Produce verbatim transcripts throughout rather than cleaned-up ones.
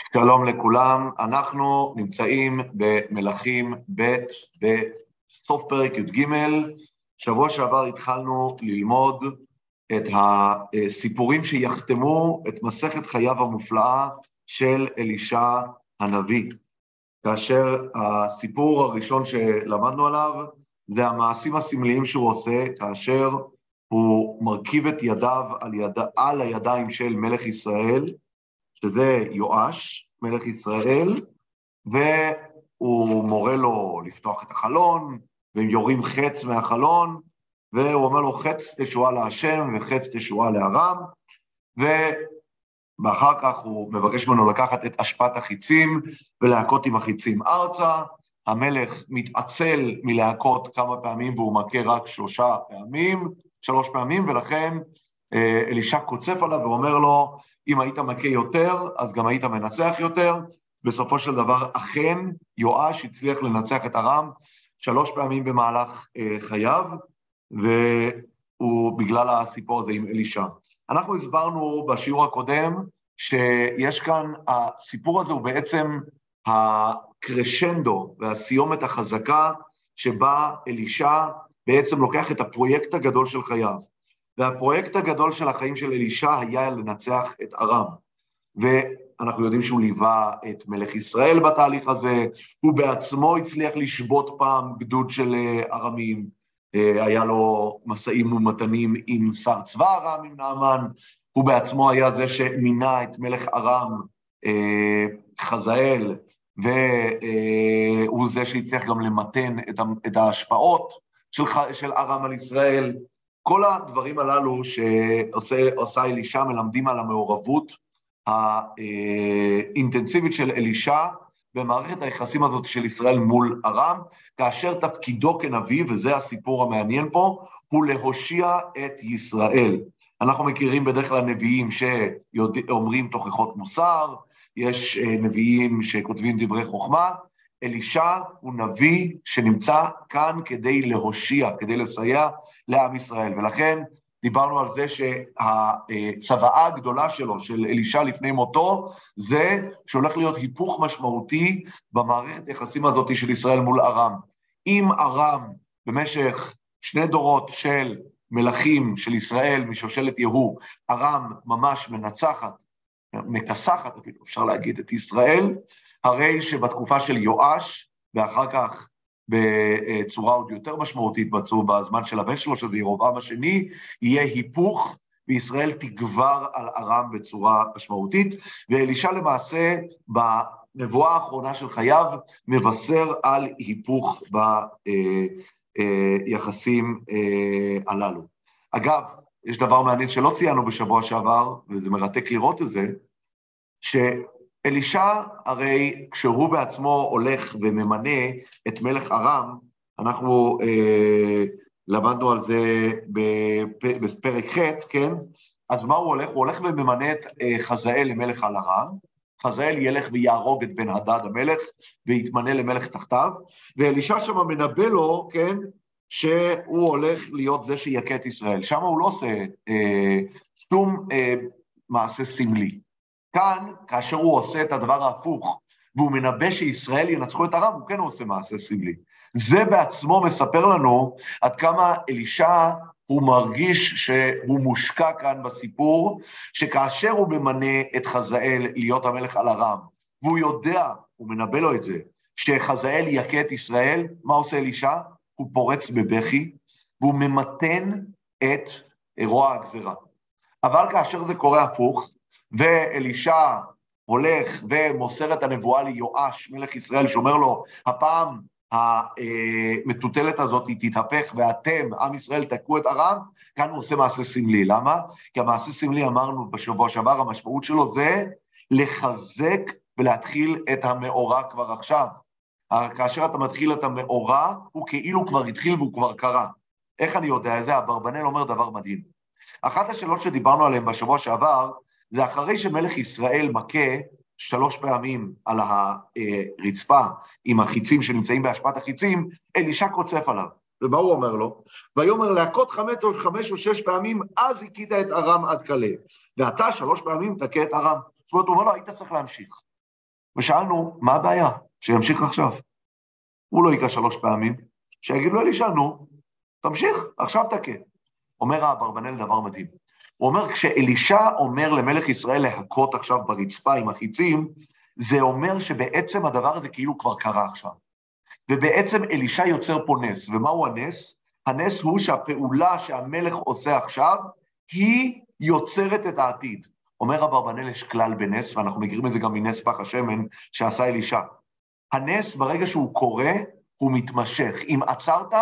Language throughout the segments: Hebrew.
שלום לכולם, אנחנו נמצאים במלכים ב' בסוף פרק י"ג. שבוע שעבר התחלנו ללמוד את הסיפורים שיחתמו את מסכת חייו המופלאה של אלישע הנביא. כאשר הסיפור הראשון שלמדנו עליו זה המעשים הסמליים שהוא עושה, כאשר הוא מרכיב את ידיו על, יד... על הידיים של מלך ישראל, שזה יואש, מלך ישראל, והוא מורה לו לפתוח את החלון, והם יורים חץ מהחלון, והוא אומר לו חץ תשועה להשם וחץ תשועה לארם, ואחר כך הוא מבקש ממנו לקחת את אשפת החיצים ולהכות עם החיצים ארצה. המלך מתעצל מלהכות כמה פעמים והוא מכה רק שלושה פעמים, שלוש פעמים, ולכן אלישע קוצף עליו ואומר לו, אם היית מכה יותר, אז גם היית מנצח יותר. בסופו של דבר, אכן, יואש הצליח לנצח את ארם שלוש פעמים במהלך אה, חייו, והוא בגלל הסיפור הזה עם אלישע. אנחנו הסברנו בשיעור הקודם, שיש כאן, הסיפור הזה הוא בעצם הקרשנדו והסיומת החזקה, שבה אלישע בעצם לוקח את הפרויקט הגדול של חייו. והפרויקט הגדול של החיים של אלישע היה לנצח את ארם. ואנחנו יודעים שהוא ליווה את מלך ישראל בתהליך הזה, הוא בעצמו הצליח לשבות פעם גדוד של ארמים, היה לו מסעים ומתנים עם שר צבא ארם, עם נעמן, הוא בעצמו היה זה שמינה את מלך ארם, חזאל, והוא זה שהצליח גם למתן את ההשפעות של, של ארם על ישראל. כל הדברים הללו שעושה אלישע מלמדים על המעורבות האינטנסיבית של אלישע במערכת היחסים הזאת של ישראל מול ארם, כאשר תפקידו כנביא, וזה הסיפור המעניין פה, הוא להושיע את ישראל. אנחנו מכירים בדרך כלל נביאים שאומרים תוכחות מוסר, יש נביאים שכותבים דברי חוכמה, אלישע הוא נביא שנמצא כאן כדי להושיע, כדי לסייע לעם ישראל, ולכן דיברנו על זה שהצוואה הגדולה שלו, של אלישע לפני מותו, זה שהולך להיות היפוך משמעותי במערכת היחסים הזאת של ישראל מול ארם. אם ארם במשך שני דורות של מלכים של ישראל, משושלת יהוא, ארם ממש מנצחת, מכסחת אפילו, אפשר להגיד, את ישראל, הרי שבתקופה של יואש, ואחר כך בצורה עוד יותר משמעותית בזמן של הבן שלו, שזה ירבעם השני, יהיה היפוך, וישראל תגבר על ארם בצורה משמעותית, ואלישע למעשה בנבואה האחרונה של חייו, מבשר על היפוך ביחסים הללו. אגב, יש דבר מעניין שלא ציינו בשבוע שעבר, וזה מרתק לראות את זה, שאלישע הרי כשהוא בעצמו הולך וממנה את מלך ארם, אנחנו אה, למדנו על זה בפרק ח', כן? אז מה הוא הולך? הוא הולך וממנה את אה, חזאל למלך על ארם, חזאל ילך ויהרוג את בן הדד המלך, ויתמנה למלך תחתיו, ואלישע שם מנבא לו, כן? שהוא הולך להיות זה שיקה את ישראל. שם הוא לא עושה אה, שום אה, מעשה סמלי. כאן, כאשר הוא עושה את הדבר ההפוך, והוא מנבא שישראל ינצחו את ארם, הוא כן עושה מעשה סמלי. זה בעצמו מספר לנו עד כמה אלישע הוא מרגיש שהוא מושקע כאן בסיפור, שכאשר הוא ממנה את חזאל להיות המלך על ארם, והוא יודע, הוא מנבא לו את זה, שחזאל יקה את ישראל, מה עושה אלישע? הוא פורץ בבכי, והוא ממתן את רוע הגזרה. אבל כאשר זה קורה הפוך, ואלישע הולך ומוסר את הנבואה ליואש, מלך ישראל, שאומר לו, הפעם המטוטלת הזאת היא תתהפך, ואתם, עם ישראל, תקעו את ארם, כאן הוא עושה מעשה סמלי. למה? כי המעשה סמלי, אמרנו בשבוע שעבר, המשמעות שלו זה לחזק ולהתחיל את המאורע כבר עכשיו. כאשר אתה מתחיל את המאורע, הוא כאילו כבר התחיל והוא כבר קרה. איך אני יודע? זה אברבנאל אומר דבר מדהים. אחת השאלות שדיברנו עליהן בשבוע שעבר, זה אחרי שמלך ישראל מכה שלוש פעמים על הרצפה עם החיצים שנמצאים בהשפעת החיצים, אלישע קוצף עליו. ומה הוא אומר לו? ויאמר להכות חמש או חמש או שש פעמים, אז הכית את ארם עד כלה. ואתה שלוש פעמים תכה את ארם. זאת אומרת, הוא אומר לו, היית צריך להמשיך. ושאלנו, מה הבעיה? שימשיך עכשיו. הוא לא יקרא שלוש פעמים, שיגיד לו אלישע, נו, תמשיך, עכשיו תקה. אומר האברבנאל דבר מדהים. הוא אומר, כשאלישע אומר למלך ישראל להכות עכשיו ברצפה עם החיצים, זה אומר שבעצם הדבר הזה כאילו כבר קרה עכשיו. ובעצם אלישע יוצר פה נס. ומהו הנס? הנס הוא שהפעולה שהמלך עושה עכשיו, היא יוצרת את העתיד. אומר אברבנאל, יש כלל בנס, ואנחנו מכירים את זה גם מנס פח השמן שעשה אלישע. הנס, ברגע שהוא קורה, הוא מתמשך. אם עצרת,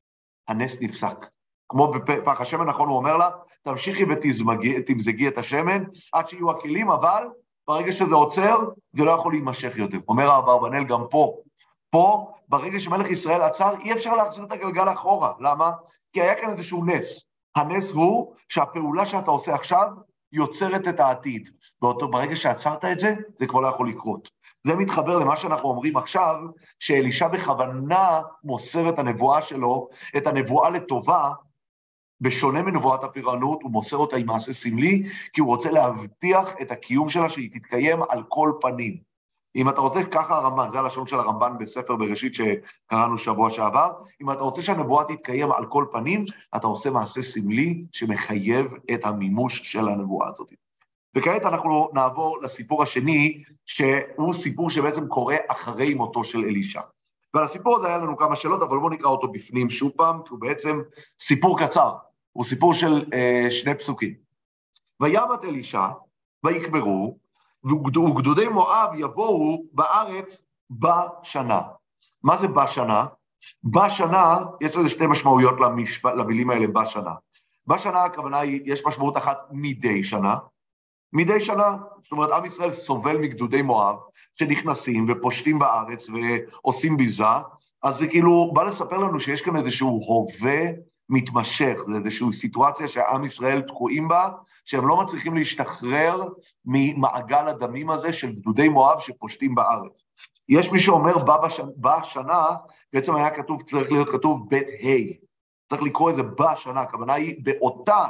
הנס נפסק. כמו בפח השמן, נכון, הוא אומר לה, תמשיכי ותמזגי את השמן, עד שיהיו הכלים, אבל ברגע שזה עוצר, זה לא יכול להימשך יותר. אומר האברבנאל גם פה. פה, ברגע שמלך ישראל עצר, אי אפשר להחזיר את הגלגל אחורה. למה? כי היה כאן איזשהו נס. הנס הוא שהפעולה שאתה עושה עכשיו, יוצרת את העתיד. באותו, ברגע שעצרת את זה, זה כבר לא יכול לקרות. זה מתחבר למה שאנחנו אומרים עכשיו, שאלישע בכוונה מוסר את הנבואה שלו, את הנבואה לטובה, בשונה מנבואת הפרענות, הוא מוסר אותה עם מעשה סמלי, כי הוא רוצה להבטיח את הקיום שלה, שהיא תתקיים על כל פנים. אם אתה רוצה, ככה הרמב"ן, זה הלשון של הרמב"ן בספר בראשית שקראנו שבוע שעבר, אם אתה רוצה שהנבואה תתקיים על כל פנים, אתה עושה מעשה סמלי שמחייב את המימוש של הנבואה הזאת. וכעת אנחנו נעבור לסיפור השני, שהוא סיפור שבעצם קורה אחרי מותו של אלישע. ועל הסיפור הזה היה לנו כמה שאלות, אבל בואו נקרא אותו בפנים שוב פעם, כי הוא בעצם סיפור קצר, הוא סיפור של אה, שני פסוקים. וימת אלישע, ויקברו, וגדודי מואב יבואו בארץ בשנה. מה זה בשנה? בשנה, יש לזה שתי משמעויות למשפ... למילים האלה בשנה. בשנה הכוונה היא, יש משמעות אחת מדי שנה, מדי שנה, זאת אומרת, עם ישראל סובל מגדודי מואב, שנכנסים ופושטים בארץ ועושים ביזה, אז זה כאילו בא לספר לנו שיש כאן איזשהו הווה מתמשך, זה איזושהי סיטואציה שהעם ישראל תקועים בה, שהם לא מצליחים להשתחרר ממעגל הדמים הזה של גדודי מואב שפושטים בארץ. יש מי שאומר בשנה, בשנה, בעצם היה כתוב, צריך להיות כתוב בית ה', צריך לקרוא את זה בשנה, הכוונה היא באותה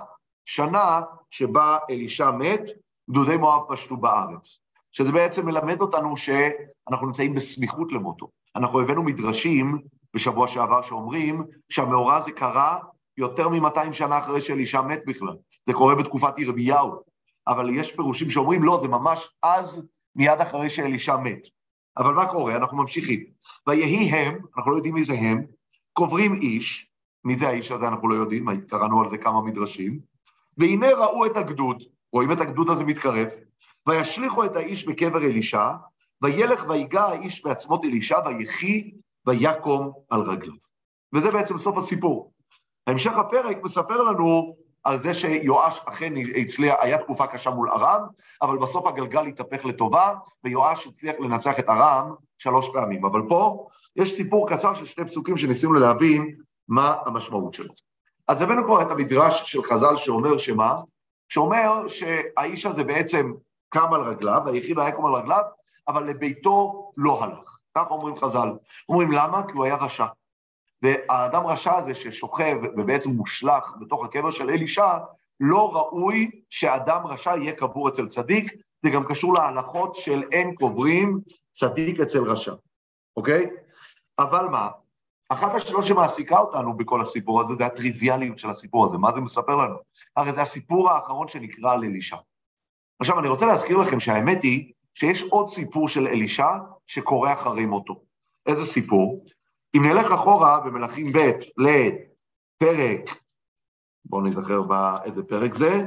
שנה שבה אלישע מת, גדודי מואב פשטו בארץ. שזה בעצם מלמד אותנו שאנחנו נמצאים בסמיכות למותו. אנחנו הבאנו מדרשים בשבוע שעבר שאומרים שהמאורע הזה קרה יותר מ-מאתיים שנה אחרי שאלישע מת בכלל. זה קורה בתקופת ירמיהו. אבל יש פירושים שאומרים לא, זה ממש אז מיד אחרי שאלישע מת. אבל מה קורה? אנחנו ממשיכים. ויהי הם, אנחנו לא יודעים מי זה הם, קוברים איש, מי זה האיש הזה אנחנו לא יודעים, קראנו על זה כמה מדרשים, והנה ראו את הגדוד, רואים את הגדוד הזה מתקרב, וישליחו את האיש בקבר אלישע, וילך ויגע האיש בעצמות אלישע, ויחי ויקום על רגליו. וזה בעצם סוף הסיפור. המשך הפרק מספר לנו על זה שיואש אכן הצליח, היה תקופה קשה מול ארם, אבל בסוף הגלגל התהפך לטובה, ויואש הצליח לנצח את ארם שלוש פעמים. אבל פה יש סיפור קצר של שני פסוקים שניסינו להבין מה המשמעות שלו. אז הבאנו כבר את המדרש של חז"ל שאומר שמה? שאומר שהאיש הזה בעצם קם על רגליו, ויחי ויקום על רגליו, אבל לביתו לא הלך. כך אומרים חז"ל. אומרים למה? כי הוא היה רשע. והאדם רשע הזה ששוכב ובעצם מושלך בתוך הקבר של אלישע, לא ראוי שאדם רשע יהיה קבור אצל צדיק, זה גם קשור להלכות של אין קוברים צדיק אצל רשע. אוקיי? אבל מה? אחת השאלות שמעסיקה אותנו בכל הסיפור הזה, זה הטריוויאליות של הסיפור הזה. מה זה מספר לנו? הרי זה הסיפור האחרון שנקרא על אלישע. עכשיו, אני רוצה להזכיר לכם שהאמת היא שיש עוד סיפור של אלישע שקורה אחרי מותו. איזה סיפור? אם נלך אחורה במלכים ב' לפרק, בואו נזכר באיזה פרק זה,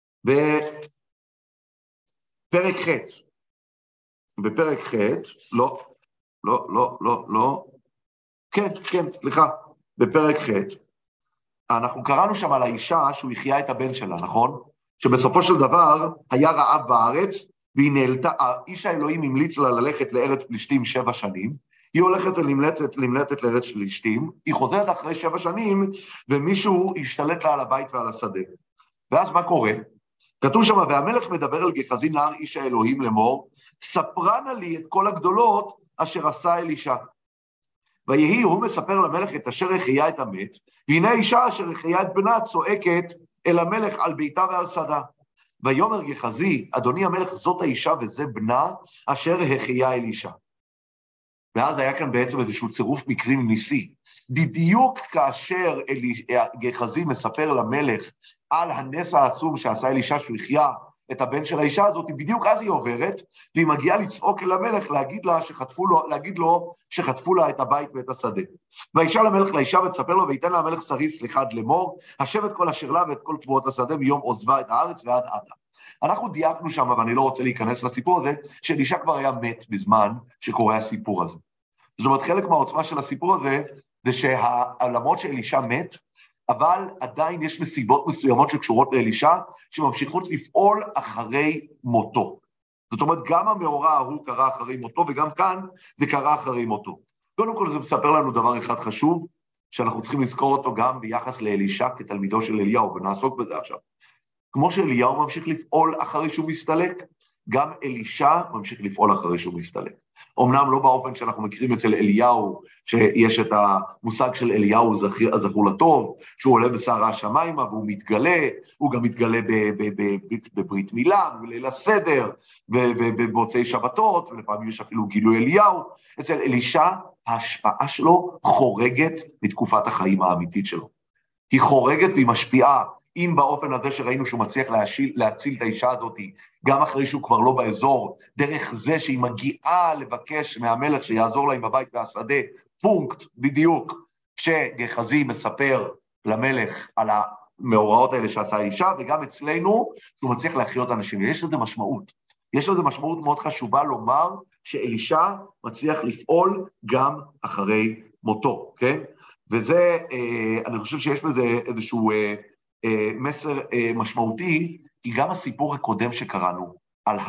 בפרק ח', בפרק ח', לא, לא, לא, לא, לא, כן, כן, סליחה, בפרק ח', אנחנו קראנו שם על האישה שהוא החיה את הבן שלה, נכון? שבסופו של דבר היה רעב בארץ, והיא נעלתה, האיש האלוהים המליץ לה ללכת לארץ פלישתים שבע שנים, היא הולכת ונמלטת, נמלטת לארץ פלישתים, היא חוזרת אחרי שבע שנים, ומישהו ישתלט לה על הבית ועל השדה. ואז מה קורה? כתוב שם, והמלך מדבר אל גחזי נער איש האלוהים לאמור, ספרנה לי את כל הגדולות אשר עשה אלישע. ויהי הוא מספר למלך את אשר החיה את המת, והנה האישה אשר החיה את בנה צועקת אל המלך על ביתה ועל שדה. ויאמר גחזי, אדוני המלך, זאת האישה וזה בנה, אשר החיה אלישע. ואז היה כאן בעצם איזשהו צירוף מקרים ניסי. בדיוק כאשר גחזי מספר למלך על הנס העצום שעשה אלישע, שהוא החיה את הבן של האישה הזאת, בדיוק אז היא עוברת, והיא מגיעה לצעוק אל המלך, להגיד, לה שחטפו לו, להגיד לו שחטפו לה את הבית ואת השדה. והאישה למלך לאישה ותספר לו, ויתן לה המלך סריס לחד לאמור, השב את כל אשר לה ואת כל תבואות השדה, ביום עוזבה את הארץ ועד עתה. אנחנו דייקנו שם, ואני לא רוצה להיכנס לסיפור הזה, שאלישע כבר היה מת בזמן שקורה הסיפור הזה. זאת אומרת, חלק מהעוצמה של הסיפור הזה, זה שהעולמות שאלישע מת, אבל עדיין יש נסיבות מסוימות שקשורות לאלישע, שממשיכות לפעול אחרי מותו. זאת אומרת, גם המאורע ההוא קרה אחרי מותו, וגם כאן זה קרה אחרי מותו. קודם כל זה מספר לנו דבר אחד חשוב, שאנחנו צריכים לזכור אותו גם ביחס לאלישע כתלמידו של אליהו, ונעסוק בזה עכשיו. כמו שאליהו ממשיך לפעול אחרי שהוא מסתלק, גם אלישע ממשיך לפעול אחרי שהוא מסתלק. אמנם לא באופן שאנחנו מכירים אצל אליהו, שיש את המושג של אליהו הזכור לטוב, שהוא עולה בשערה השמיימה והוא מתגלה, הוא גם מתגלה בברית מילה, בליל הסדר, ובמוצאי שבתות, ולפעמים יש אפילו גילוי אליהו. אצל אלישע ההשפעה שלו חורגת מתקופת החיים האמיתית שלו. היא חורגת והיא משפיעה, אם באופן הזה שראינו שהוא מצליח להשיל, להציל את האישה הזאת, גם אחרי שהוא כבר לא באזור, דרך זה שהיא מגיעה לבקש מהמלך שיעזור לה עם הבית והשדה, פונקט בדיוק, שגחזי מספר למלך על המאורעות האלה שעשה האישה, וגם אצלנו שהוא מצליח להחיות אנשים. יש לזה משמעות. יש לזה משמעות מאוד חשובה לומר שאלישע מצליח לפעול גם אחרי מותו, כן? וזה, אני חושב שיש בזה איזשהו מסר משמעותי, כי גם הסיפור הקודם שקראנו על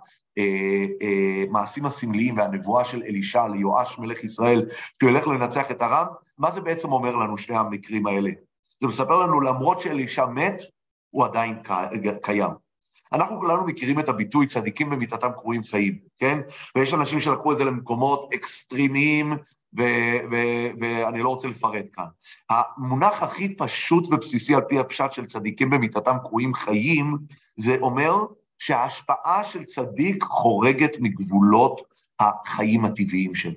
המעשים הסמליים והנבואה של אלישע ליואש מלך ישראל, שהוא ילך לנצח את ארם, מה זה בעצם אומר לנו שני המקרים האלה? זה מספר לנו, למרות שאלישע מת, הוא עדיין קיים. אנחנו כולנו מכירים את הביטוי צדיקים במיתתם קרויים חיים, כן? ויש אנשים שלקחו את זה למקומות אקסטרימיים, ואני לא רוצה לפרט כאן. המונח הכי פשוט ובסיסי על פי הפשט של צדיקים במיתתם קרויים חיים, זה אומר שההשפעה של צדיק חורגת מגבולות החיים הטבעיים שלו.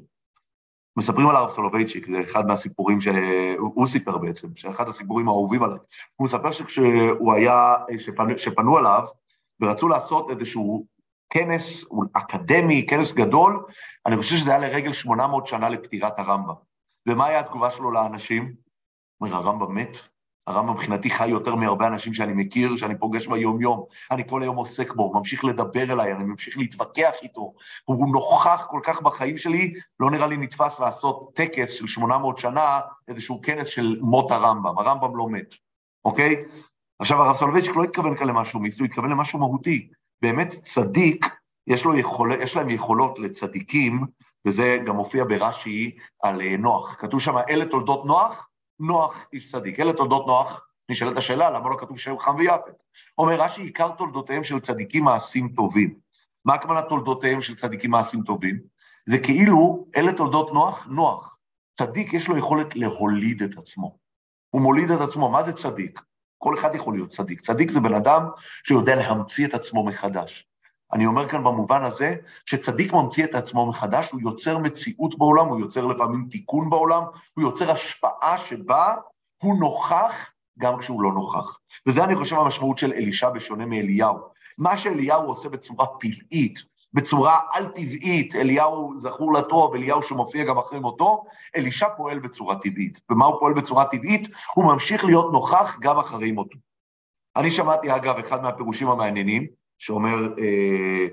מספרים על הרב סולובייצ'יק, זה אחד מהסיפורים שהוא סיפר בעצם, שאחד הסיפורים האהובים עליו. הוא מספר שכשהוא היה, שפנו, שפנו עליו, ורצו לעשות איזשהו כנס אקדמי, כנס גדול, אני חושב שזה היה לרגל שמונה מאות שנה לפטירת הרמב"ם. ומה היה התגובה שלו לאנשים? הוא אומר, הרמב"ם מת, הרמב"ם מבחינתי חי יותר מהרבה אנשים שאני מכיר, שאני פוגש ביום יום, אני כל היום עוסק בו, ממשיך לדבר אליי, אני ממשיך להתווכח איתו, הוא נוכח כל כך בחיים שלי, לא נראה לי נתפס לעשות טקס של שמונה מאות שנה, איזשהו כנס של מות הרמב"ם, הרמב"ם לא מת, אוקיי? עכשיו הרב סולובייצ'יק לא התכוון כאן למשהו מיסטי, הוא התכוון למשהו מהותי, באמת צדיק, יש, לו יכול, יש להם יכולות לצדיקים, וזה גם מופיע ברש"י על נוח, כתוב שם אלה תולדות נוח, נוח איש צדיק. אלה תולדות נוח, נשאלת השאלה, למה לא כתוב שהוא חם ויפת? אומר רש"י, עיקר תולדותיהם של צדיקים מעשים טובים. מה הכוונה תולדותיהם של צדיקים מעשים טובים? זה כאילו, אלה תולדות נוח, נוח. צדיק יש לו יכולת להוליד את עצמו. הוא מוליד את עצמו, מה זה צדיק? כל אחד יכול להיות צדיק. צדיק זה בן אדם שיודע להמציא את עצמו מחדש. אני אומר כאן במובן הזה, שצדיק ממציא את עצמו מחדש, הוא יוצר מציאות בעולם, הוא יוצר לפעמים תיקון בעולם, הוא יוצר השפעה שבה הוא נוכח גם כשהוא לא נוכח. וזה אני חושב המשמעות של אלישע בשונה מאליהו. מה שאליהו עושה בצורה פלאית, בצורה על טבעית, אליהו זכור לטוב, אליהו שמופיע גם אחרי מותו, אלישע פועל בצורה טבעית. ומה הוא פועל בצורה טבעית? הוא ממשיך להיות נוכח גם אחרי מותו. אני שמעתי אגב אחד מהפירושים המעניינים, שאומר אה,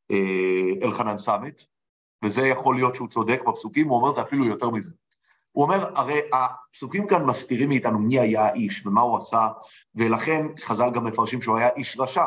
אה, אלחנן סמט, וזה יכול להיות שהוא צודק בפסוקים, הוא אומר זה אפילו יותר מזה. הוא אומר, הרי הפסוקים כאן מסתירים מאיתנו מי היה האיש ומה הוא עשה, ולכן חז"ל גם מפרשים שהוא היה איש רשע,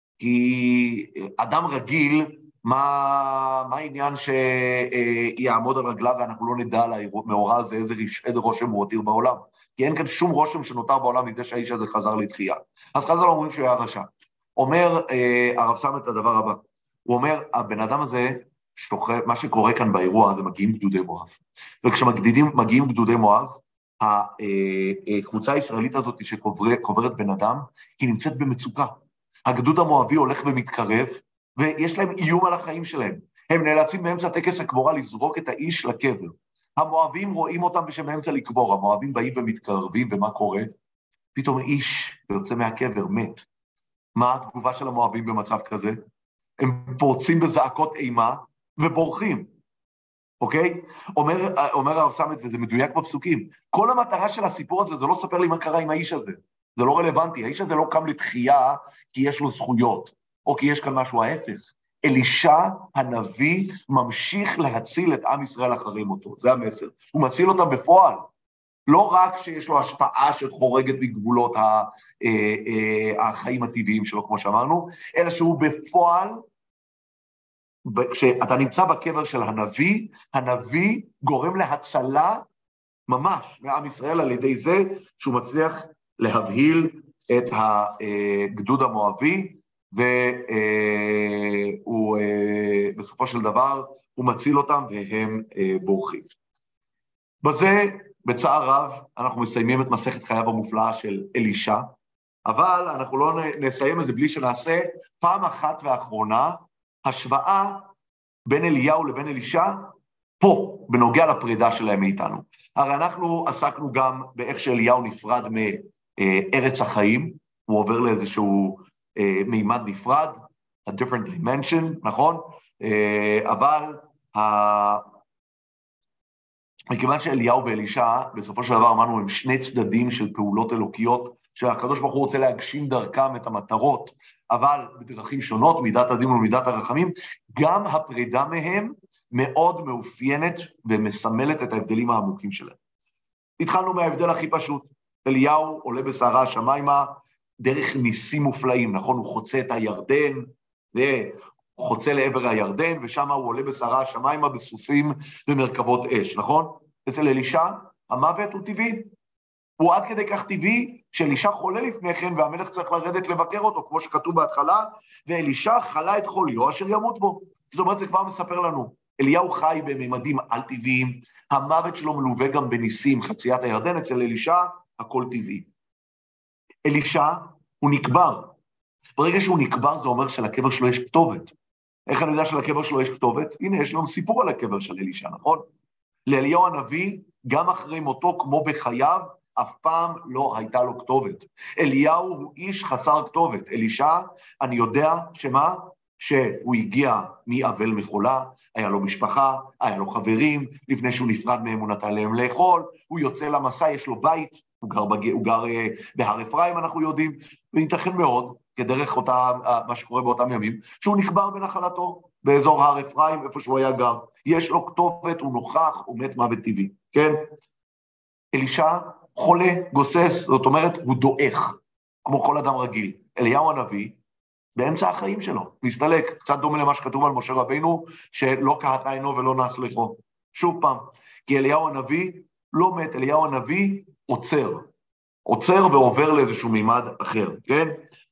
כי אדם רגיל, מה, מה העניין שיעמוד על רגליו ואנחנו לא נדע על המאורע הזה איזה, איזה רושם הוא הותיר בעולם, כי אין כאן שום רושם שנותר בעולם מפני שהאיש הזה חזר לתחייה. אז חז"ל אומרים שהוא היה רשע. אומר אה, הרב סם את הדבר הבא, הוא אומר, הבן אדם הזה, שוכר, מה שקורה כאן באירוע הזה, מגיעים גדודי מואב. וכשמגיעים גדודי מואב, הקבוצה הישראלית הזאת שקוברת בן אדם, היא נמצאת במצוקה. הגדוד המואבי הולך ומתקרב, ויש להם איום על החיים שלהם. הם נאלצים באמצע טקס הקבורה לזרוק את האיש לקבר. המואבים רואים אותם ושבאמצע לקבור, המואבים באים ומתקרבים, ומה קורה? פתאום איש יוצא מהקבר, מת. מה התגובה של המואבים במצב כזה? הם פורצים בזעקות אימה ובורחים. אוקיי? אומר, אומר הרב סמט, וזה מדויק בפסוקים, כל המטרה של הסיפור הזה זה לא ספר לי מה קרה עם האיש הזה. זה לא רלוונטי, האיש הזה לא קם לתחייה כי יש לו זכויות, או כי יש כאן משהו ההפך. אלישע הנביא ממשיך להציל את עם ישראל אחרי מותו, זה המסר. הוא מציל אותם בפועל. לא רק שיש לו השפעה שחורגת מגבולות החיים הטבעיים שלו, כמו שאמרנו, אלא שהוא בפועל, כשאתה נמצא בקבר של הנביא, הנביא גורם להצלה ממש מעם ישראל על ידי זה שהוא מצליח להבהיל את הגדוד המואבי, והוא בסופו של דבר הוא מציל אותם והם בורחים. בזה בצער רב אנחנו מסיימים את מסכת חייו המופלאה של אלישע, אבל אנחנו לא נסיים את זה בלי שנעשה פעם אחת ואחרונה השוואה בין אליהו לבין אלישע פה, בנוגע לפרידה שלהם מאיתנו. הרי אנחנו עסקנו גם באיך שאליהו נפרד מארץ החיים, הוא עובר לאיזשהו מימד נפרד, a different dimension, נכון? אבל מכיוון שאליהו ואלישע, בסופו של דבר אמרנו, הם שני צדדים של פעולות אלוקיות, שהקדוש ברוך הוא רוצה להגשים דרכם את המטרות, אבל בדרכים שונות, מידת הדין ומידת הרחמים, גם הפרידה מהם מאוד מאופיינת ומסמלת את ההבדלים העמוקים שלהם. התחלנו מההבדל הכי פשוט, אליהו עולה בסערה השמיימה, דרך ניסים מופלאים, נכון? הוא חוצה את הירדן, וחוצה לעבר הירדן, ושם הוא עולה בסערה השמיימה בסוסים ומרכבות אש, נכון? אצל אלישע, המוות הוא טבעי. הוא עד כדי כך טבעי, שאלישע חולה לפני כן, והמלך צריך לרדת לבקר אותו, כמו שכתוב בהתחלה, ואלישע חלה את חוליו אשר ימות בו. זאת אומרת, זה כבר מספר לנו, אליהו חי בממדים על טבעיים, המוות שלו מלווה גם בניסים, חציית הירדן, אצל אלישע, הכל טבעי. אלישע הוא נקבר. ברגע שהוא נקבר, זה אומר שלקבר שלו יש כתובת. איך אני יודע שלקבר שלו יש כתובת? הנה, יש לנו סיפור על הקבר של אלישע, נכון? לאליהו הנביא, גם אחרי מותו, כמו בחייו, אף פעם לא הייתה לו כתובת. אליהו הוא איש חסר כתובת. אלישע, אני יודע שמה? שהוא הגיע מאבל מחולה, היה לו משפחה, היה לו חברים, לפני שהוא נפרד מהם הוא נתן להם לאכול, הוא יוצא למסע, יש לו בית, הוא גר, בג... הוא גר בהר אפרים, אנחנו יודעים, וייתכן מאוד, כדרך אותה, מה שקורה באותם ימים, שהוא נקבר בנחלתו, באזור הר אפרים, איפה שהוא היה גר. יש לו כתובת, הוא נוכח, הוא מת מוות טבעי, כן? אלישע חולה, גוסס, זאת אומרת, הוא דועך, כמו כל אדם רגיל. אליהו הנביא, באמצע החיים שלו, מסתלק, קצת דומה למה שכתוב על משה רבינו, שלא קהת עינו ולא נס לכו. שוב פעם, כי אליהו הנביא לא מת, אליהו הנביא עוצר, עוצר ועובר לאיזשהו מימד אחר, כן?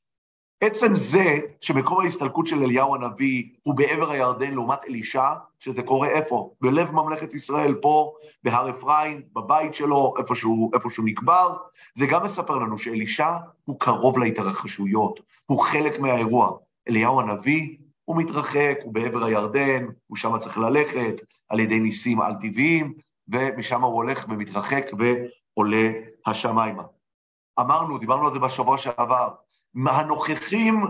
עצם זה שמקום ההסתלקות של אליהו הנביא הוא בעבר הירדן לעומת אלישע, שזה קורה איפה? בלב ממלכת ישראל, פה, בהר אפרים, בבית שלו, איפה שהוא, איפה שהוא נקבר, זה גם מספר לנו שאלישע הוא קרוב להתרחשויות, הוא חלק מהאירוע. אליהו הנביא הוא מתרחק, הוא בעבר הירדן, הוא שם צריך ללכת על ידי ניסים על טבעיים, ומשם הוא הולך ומתרחק ועולה השמיימה. אמרנו, דיברנו על זה בשבוע שעבר, הנוכחים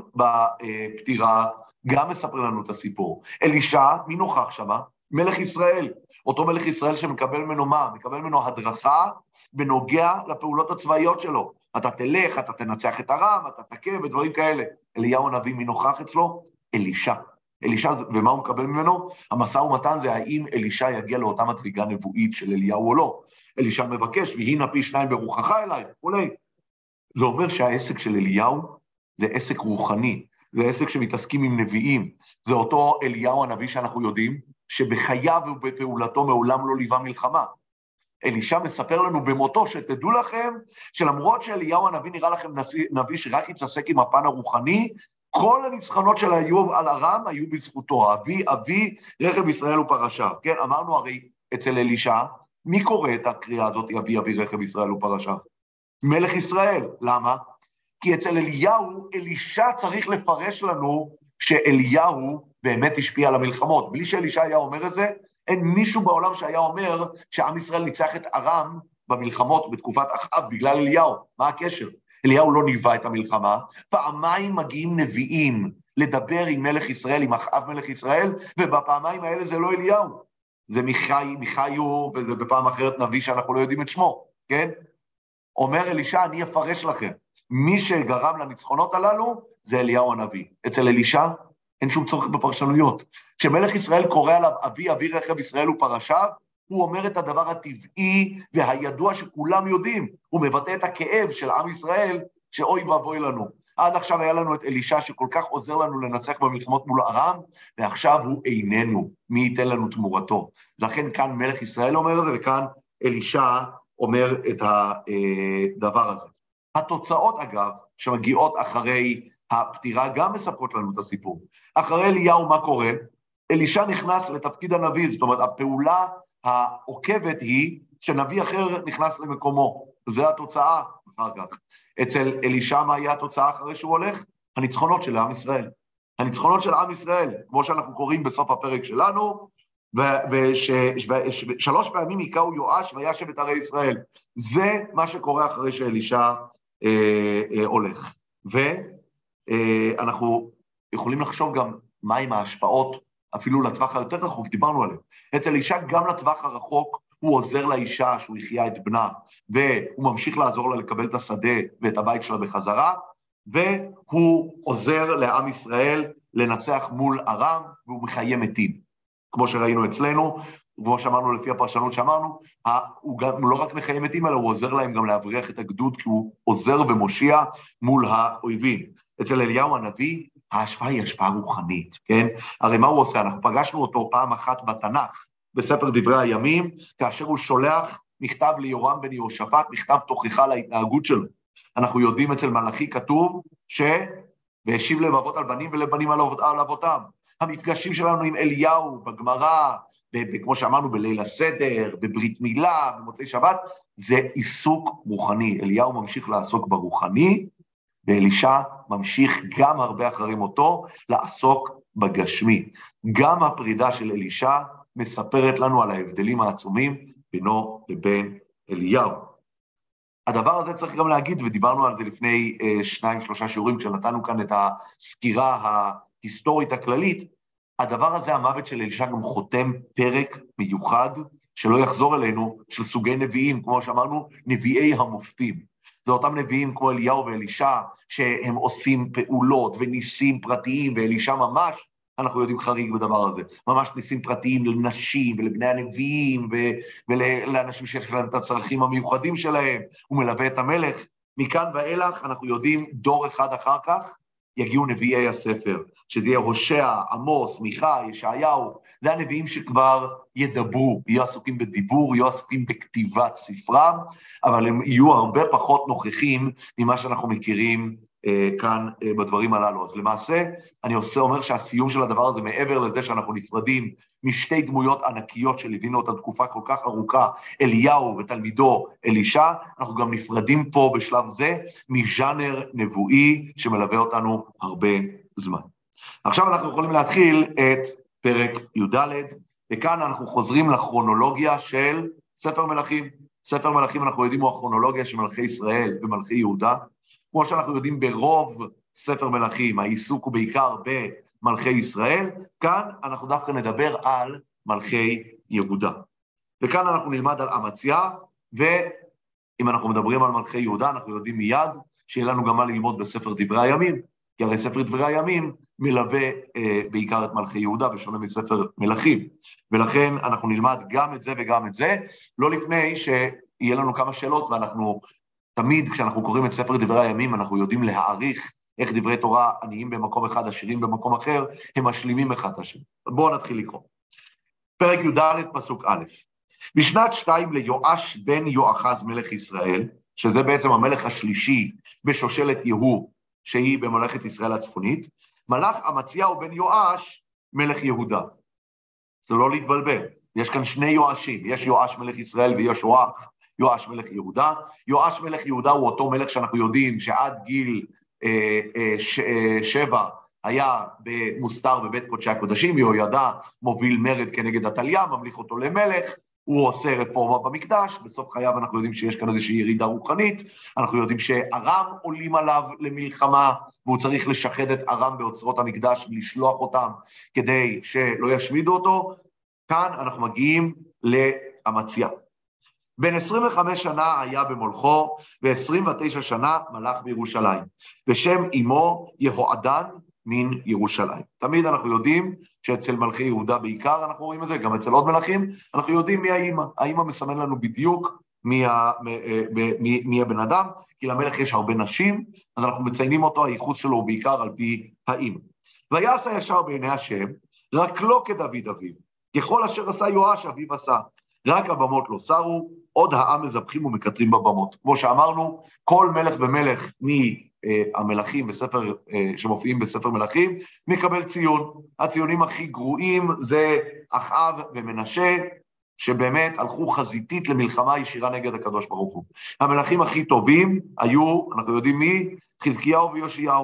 בפטירה גם מספר לנו את הסיפור. אלישע, מי נוכח שמה? מלך ישראל. אותו מלך ישראל שמקבל ממנו מה? מקבל ממנו הדרכה בנוגע לפעולות הצבאיות שלו. אתה תלך, אתה תנצח את הרם, אתה תכה ודברים כאלה. אליהו הנביא, מי נוכח אצלו? אלישע. אלישע, ומה הוא מקבל ממנו? המשא ומתן זה האם אלישע יגיע לאותה מדרגה נבואית של אליהו או לא. אלישע מבקש, והנה פי שניים ברוחך אליי, אולי. זה אומר שהעסק של אליהו זה עסק רוחני, זה עסק שמתעסקים עם נביאים, זה אותו אליהו הנביא שאנחנו יודעים, שבחייו ובפעולתו מעולם לא ליווה מלחמה. אלישע מספר לנו במותו, שתדעו לכם, שלמרות שאליהו הנביא נראה לכם נביא שרק יתעסק עם הפן הרוחני, כל הניצחונות של האיוב על ארם היו בזכותו, אבי אבי רכב ישראל ופרשיו, כן? אמרנו הרי אצל אלישע, מי קורא את הקריאה הזאת, אבי אבי רכב ישראל ופרשיו? מלך ישראל, למה? כי אצל אליהו, אלישע צריך לפרש לנו שאליהו באמת השפיע על המלחמות. בלי שאלישע היה אומר את זה, אין מישהו בעולם שהיה אומר שעם ישראל ניצח את ארם במלחמות בתקופת אחאב בגלל אליהו. מה הקשר? אליהו לא ניבא את המלחמה, פעמיים מגיעים נביאים לדבר עם מלך ישראל, עם אחאב מלך ישראל, ובפעמיים האלה זה לא אליהו, זה מיכאי, מיכאיו, וזה בפעם אחרת נביא שאנחנו לא יודעים את שמו, כן? אומר אלישע, אני אפרש לכם, מי שגרם לניצחונות הללו זה אליהו הנביא. אצל אלישע אין שום צורך בפרשנויות. כשמלך ישראל קורא עליו אבי אבי רכב ישראל ופרשיו, הוא אומר את הדבר הטבעי והידוע שכולם יודעים, הוא מבטא את הכאב של עם ישראל, שאוי ואבוי לנו. עד עכשיו היה לנו את אלישע שכל כך עוזר לנו לנצח במלחמות מול ארם, ועכשיו הוא איננו, מי ייתן לנו תמורתו. לכן כאן מלך ישראל אומר את זה, וכאן אלישע אומר את הדבר הזה. התוצאות אגב, שמגיעות אחרי הפטירה, גם מספרות לנו את הסיפור. אחרי אליהו מה קורה? אלישע נכנס לתפקיד הנביא, זאת אומרת, הפעולה העוקבת היא שנביא אחר נכנס למקומו. זו התוצאה אחר כך. אצל אלישע מה היה התוצאה אחרי שהוא הולך? הניצחונות של עם ישראל. הניצחונות של עם ישראל, כמו שאנחנו קוראים בסוף הפרק שלנו, ושלוש פעמים יקראו יואש וישב את ערי ישראל. זה מה שקורה אחרי שאלישע אה, אה, הולך. ואנחנו יכולים לחשוב גם מהם ההשפעות, אפילו לטווח היותר רחוק, דיברנו עליהם. אצל אישה גם לטווח הרחוק, הוא עוזר לאישה שהוא יחיה את בנה, והוא ממשיך לעזור לה לקבל את השדה ואת הבית שלה בחזרה, והוא עוזר לעם ישראל לנצח מול ארם, והוא מחיה מתים. כמו שראינו אצלנו, וכמו שאמרנו לפי הפרשנות שאמרנו, הוא, גם, הוא לא רק מחיה מתים, אלא הוא עוזר להם גם להבריח את הגדוד, כי הוא עוזר ומושיע מול האויבים. אצל אליהו הנביא, ההשפעה היא השפעה רוחנית, כן? הרי מה הוא עושה? אנחנו פגשנו אותו פעם אחת בתנ"ך, בספר דברי הימים, כאשר הוא שולח מכתב ליורם בן יהושפט, מכתב תוכחה להתנהגות שלו. אנחנו יודעים אצל מלאכי כתוב ש... והשיב לבבות על בנים ולבנים על אבותם. המפגשים שלנו עם אליהו בגמרא, כמו שאמרנו בליל הסדר, בברית מילה, במוצאי שבת, זה עיסוק רוחני. אליהו ממשיך לעסוק ברוחני, ואלישע ממשיך גם הרבה אחרי מותו לעסוק בגשמי. גם הפרידה של אלישע מספרת לנו על ההבדלים העצומים בינו לבין אליהו. הדבר הזה צריך גם להגיד, ודיברנו על זה לפני שניים, שלושה שיעורים, כשנתנו כאן את הסקירה ההיסטורית הכללית, הדבר הזה, המוות של אלישע, גם חותם פרק מיוחד, שלא יחזור אלינו, של סוגי נביאים, כמו שאמרנו, נביאי המופתים. זה אותם נביאים כמו אליהו ואלישע, שהם עושים פעולות וניסים פרטיים, ואלישע ממש, אנחנו יודעים חריג בדבר הזה, ממש ניסים פרטיים לנשים ולבני הנביאים, ולאנשים שיש להם את הצרכים המיוחדים שלהם, הוא מלווה את המלך. מכאן ואילך אנחנו יודעים דור אחד אחר כך, יגיעו נביאי הספר, שזה יהיה הושע, עמוס, מיכה, ישעיהו, זה הנביאים שכבר ידברו, יהיו עסוקים בדיבור, יהיו עסוקים בכתיבת ספרם, אבל הם יהיו הרבה פחות נוכחים ממה שאנחנו מכירים אה, כאן אה, בדברים הללו. אז למעשה, אני עושה, אומר שהסיום של הדבר הזה, מעבר לזה שאנחנו נפרדים משתי דמויות ענקיות שליווינו אותה תקופה כל כך ארוכה, אליהו ותלמידו אלישע, אנחנו גם נפרדים פה בשלב זה מז'אנר נבואי שמלווה אותנו הרבה זמן. עכשיו אנחנו יכולים להתחיל את פרק י"ד, וכאן אנחנו חוזרים לכרונולוגיה של ספר מלכים. ספר מלכים אנחנו יודעים הוא הכרונולוגיה של מלכי ישראל ומלכי יהודה, כמו שאנחנו יודעים ברוב ספר מלכים, העיסוק הוא בעיקר במלכי ישראל, כאן אנחנו דווקא נדבר על מלכי יהודה. וכאן אנחנו נלמד על אמציה, ואם אנחנו מדברים על מלכי יהודה, אנחנו יודעים מיד שיהיה לנו גם מה ללמוד בספר דברי הימים, כי הרי ספר דברי הימים מלווה אה, בעיקר את מלכי יהודה, ושונה מספר מלכים. ולכן אנחנו נלמד גם את זה וגם את זה, לא לפני שיהיה לנו כמה שאלות, ואנחנו תמיד כשאנחנו קוראים את ספר דברי הימים, אנחנו יודעים להעריך איך דברי תורה עניים במקום אחד, עשירים במקום אחר, הם משלימים אחד את השני. בואו נתחיל לקרוא. פרק י"ד פסוק א'. בשנת שתיים ליואש בן יואחז מלך ישראל, שזה בעצם המלך השלישי בשושלת יהוא, שהיא בממלכת ישראל הצפונית, מלך אמציהו בן יואש מלך יהודה. זה לא להתבלבל, יש כאן שני יואשים, יש יואש מלך ישראל ויש יואח יואש מלך יהודה. יואש מלך יהודה הוא אותו מלך שאנחנו יודעים שעד גיל אה, אה, ש, אה, שבע היה במוסתר בבית קודשי הקודשים, יהוידע מוביל מרד כנגד עתליה, ממליך אותו למלך, הוא עושה רפורמה במקדש, בסוף חייו אנחנו יודעים שיש כאן איזושהי ירידה רוחנית, אנחנו יודעים שארם עולים עליו למלחמה, והוא צריך לשחד את ארם באוצרות המקדש ולשלוח אותם כדי שלא ישמידו אותו. כאן אנחנו מגיעים לאמציה. בן עשרים וחמש שנה היה במולכו, ו-עשרים ותשע שנה מלך בירושלים, בשם אמו יהועדן מן ירושלים. תמיד אנחנו יודעים שאצל מלכי יהודה בעיקר אנחנו רואים את זה, גם אצל עוד מלכים, אנחנו יודעים מי האמא. האמא מסמן לנו בדיוק מי, מי, מי, מי הבן אדם, כי למלך יש הרבה נשים, אז אנחנו מציינים אותו, הייחוס שלו הוא בעיקר על פי האמא. ויעשה ישר בעיני השם, רק לא כדוד אביו, ככל אשר עשה יואש אביו עשה, רק הבמות לא שרו, עוד העם מזבחים ומקטרים בבמות. כמו שאמרנו, כל מלך ומלך מהמלכים בספר, שמופיעים בספר מלכים, מקבל ציון. הציונים הכי גרועים זה אחאב ומנשה, שבאמת הלכו חזיתית למלחמה ישירה נגד הקדוש ברוך הוא. המלכים הכי טובים היו, אנחנו יודעים מי, חזקיהו ויושיהו.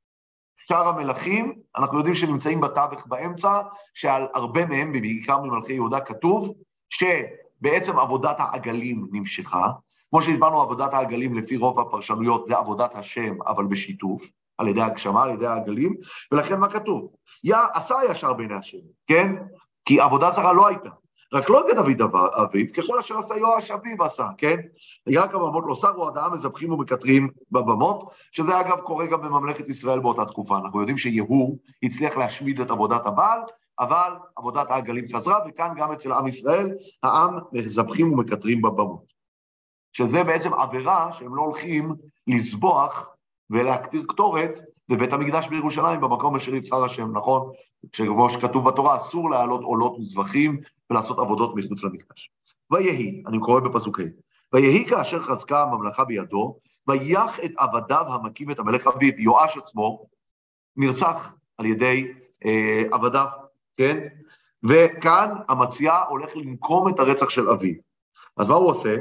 שאר המלכים, אנחנו יודעים שנמצאים בתווך באמצע, שעל הרבה מהם, בעיקר ממלכי יהודה, כתוב שבעצם עבודת העגלים נמשכה. כמו שהסברנו, עבודת העגלים לפי רוב הפרשנויות זה עבודת השם, אבל בשיתוף, על ידי הגשמה, על ידי העגלים, ולכן מה כתוב? יא, עשה ישר בעיני השם, כן? כי עבודה זרה לא הייתה. רק לא כדוד אביו, ככל אשר עשה יואש אביו עשה, כן? רק הבמות לא שרו, עד העם מזבחים ומקטרים בבמות, שזה אגב קורה גם בממלכת ישראל באותה תקופה. אנחנו יודעים שיהוא הצליח להשמיד את עבודת הבעל, אבל עבודת העגלים חזרה, וכאן גם אצל עם ישראל, העם מזבחים ומקטרים בבמות. שזה בעצם עבירה שהם לא הולכים לסבוח ולהקטיר קטורת בבית המקדש בירושלים, במקום אשר יבחר השם, נכון? כמו שכתוב בתורה, אסור להעלות עולות וזבחים ולעשות עבודות מחוץ למקדש. ויהי, אני קורא בפסוק ה', ויהי כאשר חזקה הממלכה בידו, ויח את עבדיו המכים את המלך אביו. יואש עצמו נרצח על ידי אה, עבדיו, כן? וכאן המציא הולך לנקום את הרצח של אביו. אז מה הוא עושה?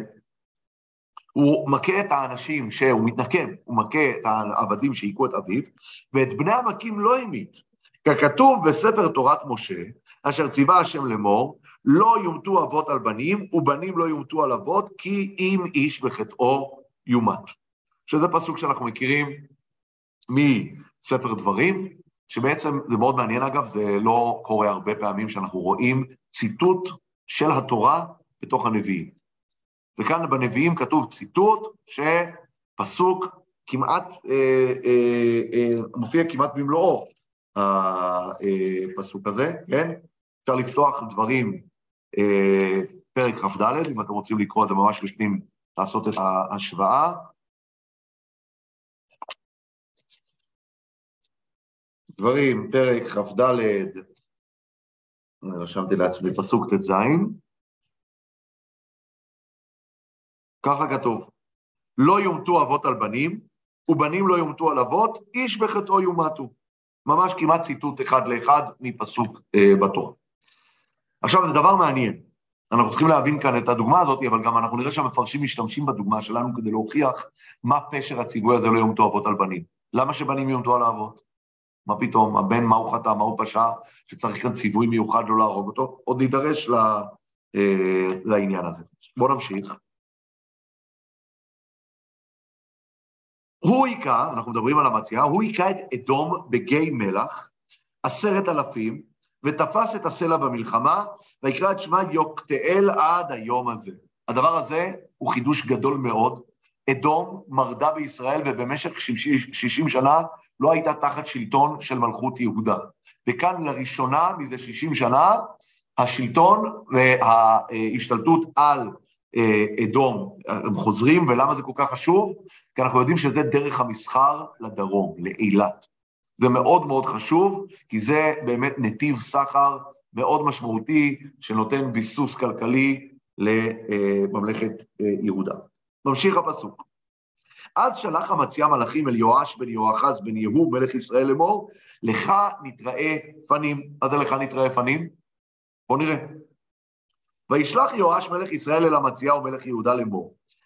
הוא מכה את האנשים שהוא מתנקם, הוא מכה את העבדים שהיכו את אביו, ואת בני המכים לא המית. ככתוב בספר תורת משה, אשר ציווה השם לאמור, לא יומתו אבות על בנים, ובנים לא יומתו על אבות, כי אם איש בחטאו יומת. שזה פסוק שאנחנו מכירים מספר דברים, שבעצם זה מאוד מעניין אגב, זה לא קורה הרבה פעמים שאנחנו רואים ציטוט של התורה בתוך הנביאים. וכאן בנביאים כתוב ציטוט שפסוק כמעט, אה, אה, אה, מופיע כמעט במלואו הפסוק הזה, כן? אפשר לפתוח דברים, אה, פרק כ"ד, אם אתם רוצים לקרוא, זה ממש ראשונים לעשות את ההשוואה. דברים, פרק כ"ד, אני רשמתי לעצמי פסוק ט"ז, ככה כתוב, לא יומתו אבות על בנים, ובנים לא יומתו על אבות, איש בחטאו יומתו. ממש כמעט ציטוט אחד לאחד מפסוק אה, בתורה. עכשיו זה דבר מעניין, אנחנו צריכים להבין כאן את הדוגמה הזאת, אבל גם אנחנו נראה שהמפרשים משתמשים בדוגמה שלנו כדי להוכיח מה פשר הציווי הזה לא יומתו אבות על בנים. למה שבנים יומתו על האבות? מה פתאום, הבן מה הוא חטא, מה הוא פשע, שצריך כאן ציווי מיוחד לא להרוג אותו? עוד נידרש ל, אה, לעניין הזה. בואו נמשיך. הוא היכה, אנחנו מדברים על המציא, הוא היכה את אדום בגיא מלח, עשרת אלפים, ותפס את הסלע במלחמה, ויקרא את שמה יוקתאל עד היום הזה. הדבר הזה הוא חידוש גדול מאוד. אדום מרדה בישראל, ובמשך שישים שנה לא הייתה תחת שלטון של מלכות יהודה. וכאן לראשונה, מזה שישים שנה, השלטון וההשתלטות על אדום הם חוזרים, ולמה זה כל כך חשוב? כי אנחנו יודעים שזה דרך המסחר לדרום, לאילת. זה מאוד מאוד חשוב, כי זה באמת נתיב סחר מאוד משמעותי, שנותן ביסוס כלכלי לממלכת יהודה. ממשיך הפסוק. אז שלח המציא מלאכים אל יואש בן יהואחז בן יהוא מלך ישראל לאמור, לך נתראה פנים. מה זה לך נתראה פנים? בוא נראה. וישלח יואש מלך ישראל אל המציא ומלך יהודה לאמור,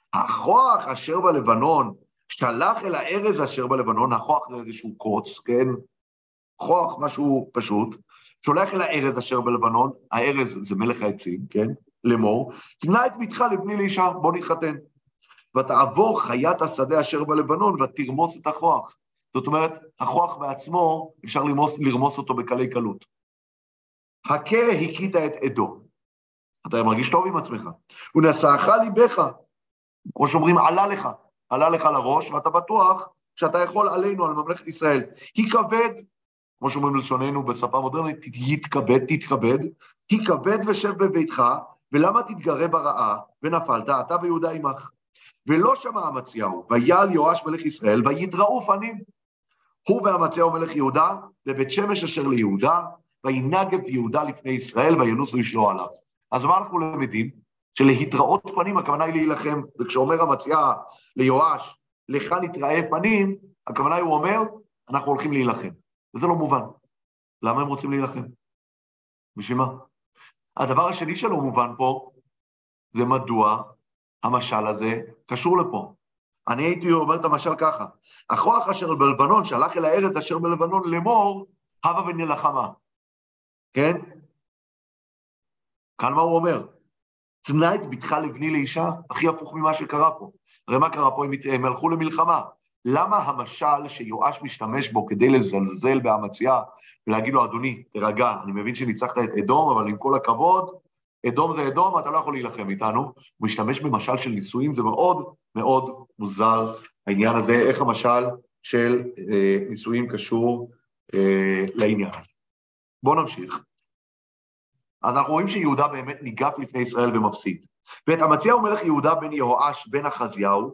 הכוח אשר בלבנון, שלח אל הארז אשר בלבנון, הכוח זה איזשהו קוץ, כן? כוח, משהו פשוט, שולח אל הארז אשר בלבנון, הארז זה מלך העצים, כן? לאמור, תמנע את בתך לבני לאישה, בוא נתחתן. ותעבור חיית השדה אשר בלבנון, ותרמוס את הכוח. זאת אומרת, הכוח בעצמו, אפשר לרמוס, לרמוס אותו בקלי קלות. הכה הכית את עדו. אתה מרגיש טוב עם עצמך. ונשאך ליבך, כמו שאומרים, עלה לך, עלה לך לראש, ואתה בטוח שאתה יכול עלינו, על ממלכת ישראל. היא כבד, כמו שאומרים לשוננו בשפה מודרנית, תתכבד, תתכבד, היא כבד ושב בביתך, ולמה תתגרה ברעה, ונפלת, אתה ויהודה עמך. ולא שמע אמציהו, ויעל יואש מלך ישראל, וידראו פנים. הוא ואמציהו מלך יהודה, בבית שמש אשר ליהודה, וינגב יהודה לפני ישראל, וינוסו ישלו עליו. אז מה אנחנו למדים? שלהתראות פנים, הכוונה היא להילחם, וכשאומר אמציהו ליואש, לך נתראה פנים, הכוונה הוא אומר, אנחנו הולכים להילחם. וזה לא מובן. למה הם רוצים להילחם? בשביל מה? הדבר השני שלא מובן פה, זה מדוע המשל הזה קשור לפה. אני הייתי אומר את המשל ככה, הכוח אשר בלבנון, שלח אל הארץ אשר בלבנון לאמור, הבה ונלחמה. כן? כאן מה הוא אומר? תמנע את בתך לבני לאישה, הכי הפוך ממה שקרה פה. הרי מה קרה פה? הם הלכו למלחמה. למה המשל שיואש משתמש בו כדי לזלזל באמציהו, ולהגיד לו, אדוני, תרגע, אני מבין שניצחת את אדום, אבל עם כל הכבוד, אדום זה אדום, אתה לא יכול להילחם איתנו. הוא משתמש במשל של נישואים, זה מאוד מאוד מוזר, העניין הזה, איך המשל של אה, נישואים קשור אה, לעניין. בואו נמשיך. אנחנו רואים שיהודה באמת ניגף לפני ישראל ומפסיד. ואת אמציהו מלך יהודה בן יהואש בן אחזיהו,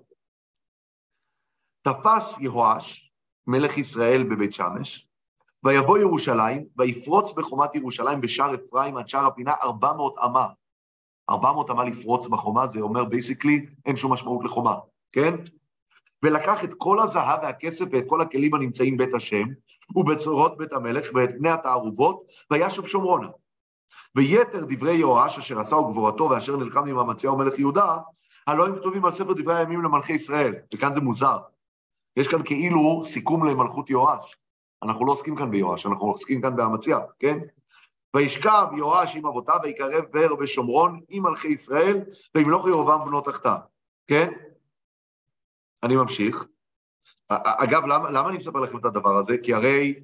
תפס יהואש מלך ישראל בבית שמש, ויבוא ירושלים, ויפרוץ בחומת ירושלים בשער אפרים עד שער הפינה ארבע מאות אמה. ארבע מאות אמה לפרוץ בחומה, זה אומר בייסיקלי, אין שום משמעות לחומה, כן? ולקח את כל הזהב והכסף ואת כל הכלים הנמצאים בית השם, ובצורות בית המלך ואת בני התערובות, וישוב שומרונה. ויתר דברי יהואש אשר עשה וגבורתו ואשר נלחם עם אמציהו מלך יהודה, הלא הם כתובים על ספר דברי הימים למלכי ישראל, וכאן זה מוזר. יש כאן כאילו סיכום למלכות יהואש. אנחנו לא עוסקים כאן ביואש, אנחנו עוסקים כאן באמציהו, כן? וישכב יואש עם אבותיו, ויקרב באר בשומרון עם מלכי ישראל, וימלוך ירבעם בנו תחתיו, כן? אני ממשיך. אגב, למה, למה אני מספר לכם את הדבר הזה? כי הרי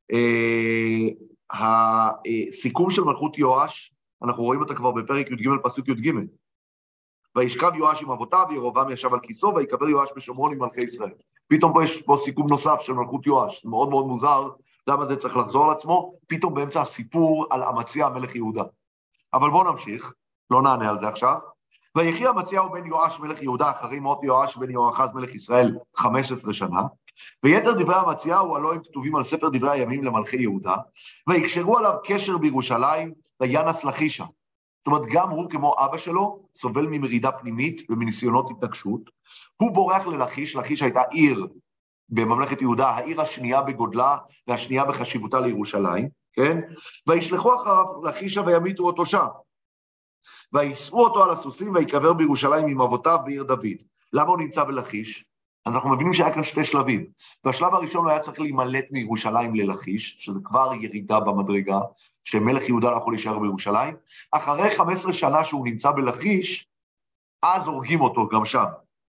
אה, הסיכום של מלכות יואש, אנחנו רואים אותה כבר בפרק י"ג פסוק י"ג. וישכב יואש עם אבותיו, ירבעם ישב על כיסאו, ויקבר יואש בשומרון עם מלכי ישראל. פתאום פה יש פה סיכום נוסף של מלכות יואש, זה מאוד מאוד מוזר, למה זה צריך לחזור על עצמו, פתאום באמצע הסיפור על אמציהו מלך יהודה. אבל בואו נמשיך, לא נענה על זה עכשיו. ויחי אמציהו בן יואש מלך יהודה, אחרי מות יואש בן יהואחז מלך ישראל, חמש עשרה שנה, ויתר דברי אמציהו הלא הם כתובים על ספר דברי הימים למלכי יהודה, ויקשרו עליו קשר בירושלים, וינס לחישה. זאת אומרת, גם הוא כמו אבא שלו, סובל ממרידה פנימית ומניסיונות התנגשות. הוא בורח ללחיש, לחיש הייתה עיר בממלכת יהודה, העיר השנייה בגודלה והשנייה בחשיבותה לירושלים, כן? וישלחו אחריו לחישה וימיתו אותו שם. ויסעו אותו על הסוסים ויקבר בירושלים עם אבותיו בעיר דוד. למה הוא נמצא בלחיש? אז אנחנו מבינים שהיה כאן שתי שלבים. בשלב הראשון הוא היה צריך להימלט מירושלים ללחיש, שזה כבר ירידה במדרגה, שמלך יהודה לא יכול להישאר בירושלים. אחרי חמש עשרה שנה שהוא נמצא בלחיש, אז הורגים אותו גם שם.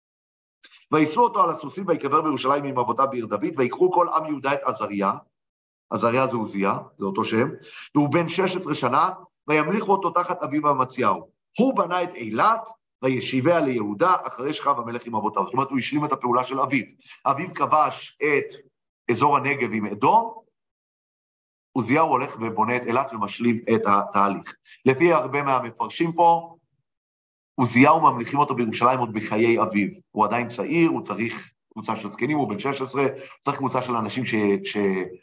ויסעו אותו על הסוסים ויקבר בירושלים עם אבותיו בעיר דוד, ויקחו כל עם יהודה את עזריה, עזריה זה עוזיה, זה אותו שם, והוא בן שש עשרה שנה, וימליכו אותו תחת אביו אמציהו. הוא בנה את אילת, וישיביה ליהודה, אחרי שכב המלך עם אבותיו. זאת אומרת, הוא השלים את הפעולה של אביו. אביו כבש את אזור הנגב עם אדום, עוזיהו הולך ובונה את אילת ומשלים את התהליך. לפי הרבה מהמפרשים פה, עוזיהו ממליכים אותו בירושלים עוד בחיי אביו. הוא עדיין צעיר, הוא צריך קבוצה של זקנים, הוא בן שש עשרה, הוא צריך קבוצה של אנשים ש... ש...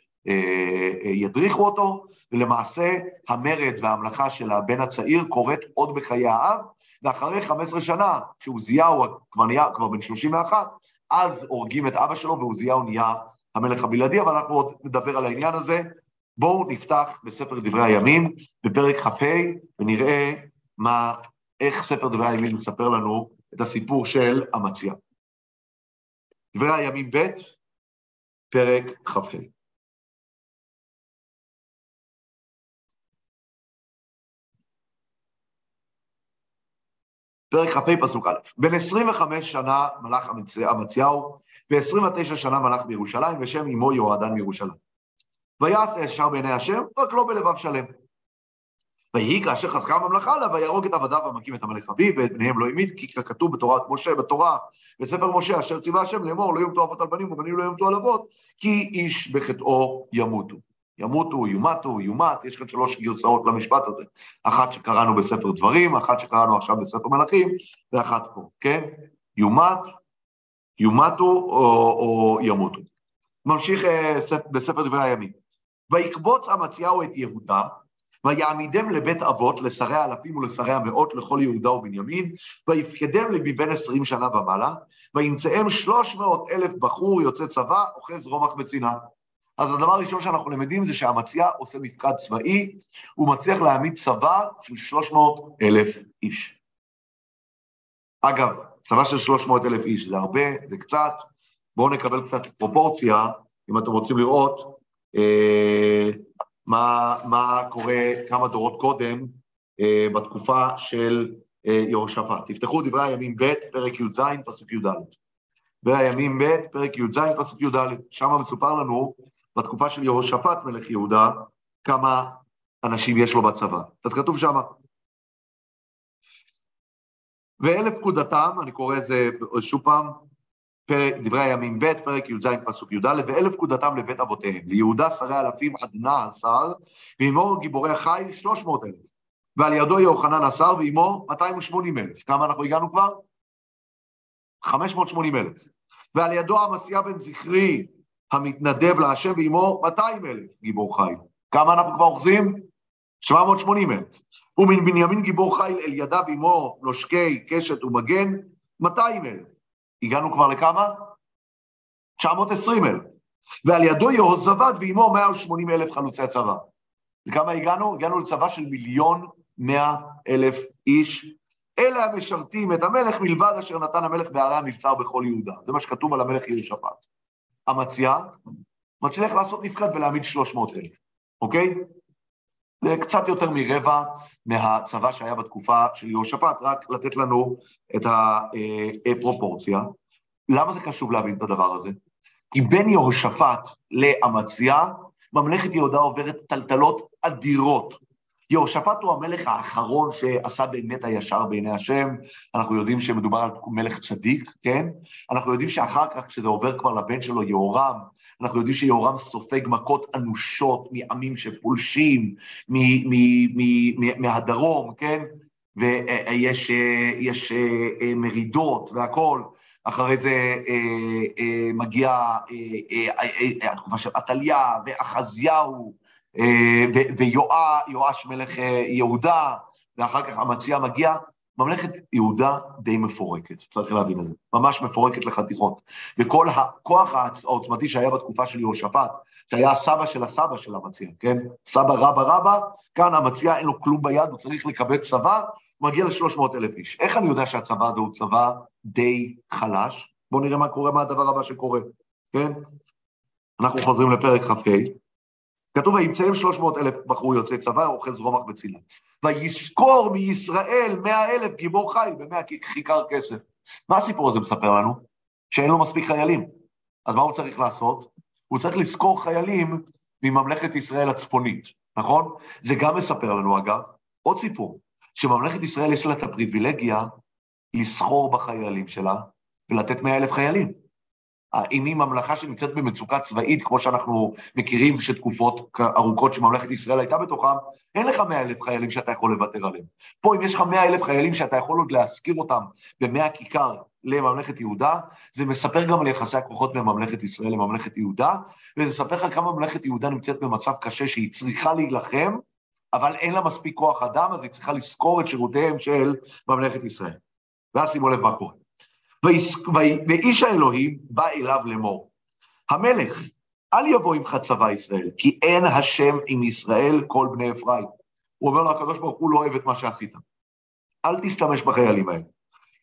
ידריכו אותו, ולמעשה המרד וההמלכה של הבן הצעיר קורית עוד בחיי האב, ואחרי חמש עשרה שנה, כשעוזיהו כבר נהיה, כבר בן שלושים ואחת, אז הורגים את אבא שלו, ועוזיהו נהיה המלך הבלעדי, אבל אנחנו עוד נדבר על העניין הזה. בואו נפתח בספר דברי הימים, בפרק כ"ה, ונראה מה, איך ספר דברי הימים מספר לנו את הסיפור של אמציה. דברי הימים ב', פרק כ"ה. פרק כ"ה פסוק א', בן עשרים וחמש שנה מלך אמציהו, ו-עשרים ותשע שנה מלך בירושלים, ושם אמו יהועדן מירושלים. ויעש ישר בעיני השם, רק לא בלבב שלם. ויהי כאשר חזקה הממלכה עליו, ויהרוג את עבדיו ומקים את המלך אביו, ואת בניהם לא העמיד, כי כתוב בתורת משה, בתורה, בספר משה, אשר ציווה השם לאמור, לא יומתו אבות על בנים, ובנים לא יומתו על אבות, כי איש בחטאו ימותו. ימותו, יומתו, יומת, יש כאן שלוש גרסאות למשפט הזה. אחת שקראנו בספר דברים, אחת שקראנו עכשיו בספר מלכים, ואחת פה, כן? יומת, יומתו או, או ימותו. ממשיך בספר דברי הימים. ויקבוץ אמציהו את יהודה, ויעמידם לבית אבות, לשרי האלפים ולשרי המאות, לכל יהודה ובנימין, ויפקדם מבין עשרים שנה ומעלה, וימצאם שלוש מאות אלף בחור יוצא צבא, אוחז רומח בצינה. אז הדבר הראשון שאנחנו למדים זה שאמציה עושה מפקד צבאי, הוא מצליח להעמיד צבא של שלוש מאות אלף איש. אגב, צבא של שלוש מאות אלף איש זה הרבה, זה קצת, בואו נקבל קצת פרופורציה, אם אתם רוצים לראות, אה, מה, מה קורה כמה דורות קודם, אה, בתקופה של אה, יהושפט. תפתחו דברי הימים ב', פרק י"ז, פסוק י"ד. דברי הימים ב', פרק י"ז, פסוק י"ד. שם מסופר לנו, בתקופה של יהושפט מלך יהודה, כמה אנשים יש לו בצבא. אז כתוב שם, ואלה פקודתם, אני קורא את זה שוב פעם, פרק, דברי הימים ב', פרק י"ז, פסוק י"ד, ואלה פקודתם לבית אבותיהם, ליהודה שרי אלפים עדנה עשר, ועמו גיבורי חיל שלוש מאות אלף, ועל ידו יוחנן עשר, ועמו מאתיים ושמונים אלף. כמה אנחנו הגענו כבר? חמש מאות ושמונים אלף. ועל ידו אמציה בן זכרי, המתנדב להשם, ועמו מאתיים אלף גיבור חיל. כמה אנחנו כבר אוחזים? שבע מאות ושמונים אלף. ומן בנימין גיבור חיל אל ידה, ועמו נושקי קשת ומגן, מאתיים אלף. הגענו כבר לכמה? תשע מאות ועשרים אלף. ועל ידו יהוזבד, ועמו מאה ושמונים אלף חלוצי הצבא. לכמה הגענו? הגענו לצבא של מיליון מאה אלף איש. אלה המשרתים את המלך מלבד אשר נתן המלך בערי המבצר בכל יהודה. זה מה שכתוב על המלך יהושפט. אמציה מצליח לעשות מפקד ולהעמיד שלוש מאות אלף. אוקיי? זה קצת יותר מרבע מהצבא שהיה בתקופה של יהושפט, רק לתת לנו את הפרופורציה. למה זה חשוב להבין את הדבר הזה? כי בין יהושפט לאמציה, ממלכת יהודה עוברת טלטלות אדירות. יהושפט הוא המלך האחרון שעשה באמת הישר בעיני השם, אנחנו יודעים שמדובר על מלך צדיק, כן? אנחנו יודעים שאחר כך כשזה עובר כבר לבן שלו יהורם, אנחנו יודעים שיהורם סופג מכות אנושות מעמים שפולשים, מ- מ- מ- מהדרום, כן? ויש יש מרידות והכל, אחרי זה מגיע התקופה של עתליה ואחזיהו, ויואש מלך יהודה, ואחר כך אמציה מגיע, ממלכת יהודה די מפורקת, צריך להבין את זה, ממש מפורקת לחתיכות, וכל הכוח העוצמתי שהיה בתקופה של יהושפט, שהיה הסבא של הסבא של אמציה, כן? סבא רבא רבא, כאן אמציה אין לו כלום ביד, הוא צריך לקבל צבא, הוא מגיע ל-שלוש מאות אלף איש. איך אני יודע שהצבא הזה הוא צבא די חלש? בואו נראה מה קורה, מה הדבר הבא שקורה, כן? אנחנו חוזרים לפרק כ"ה, כתוב, וימצאם שלוש מאות אלף בחור יוצאי צבא, אוחז רומח בצינה. ויזכור מישראל מאה אלף גיבור חיל במאה כיכר כסף. מה הסיפור הזה מספר לנו? שאין לו מספיק חיילים. אז מה הוא צריך לעשות? הוא צריך לזכור חיילים מממלכת ישראל הצפונית, נכון? זה גם מספר לנו אגב, עוד סיפור, שממלכת ישראל יש לה את הפריבילגיה לסחור בחיילים שלה ולתת מאה אלף חיילים. אם היא ממלכה שנמצאת במצוקה צבאית, כמו שאנחנו מכירים שתקופות ארוכות שממלכת ישראל הייתה בתוכם, אין לך מאה אלף חיילים שאתה יכול לוותר עליהם. פה אם יש לך מאה אלף חיילים שאתה יכול עוד להזכיר אותם במאה כיכר לממלכת יהודה, זה מספר גם על יחסי הכוחות מממלכת ישראל לממלכת יהודה, וזה מספר לך כמה ממלכת יהודה נמצאת במצב קשה שהיא צריכה להילחם, אבל אין לה מספיק כוח אדם, אז היא צריכה לזכור את שירותיהם של ממלכת ישראל. ואז שימו לב מה קורה. ואיש האלוהים בא אליו לאמור, המלך, אל יבוא עמך צבא ישראל, כי אין השם עם ישראל כל בני אפרים. הוא אומר לו, הקדוש ברוך הוא לא אוהב את מה שעשית. אל תשתמש בחיילים האלה.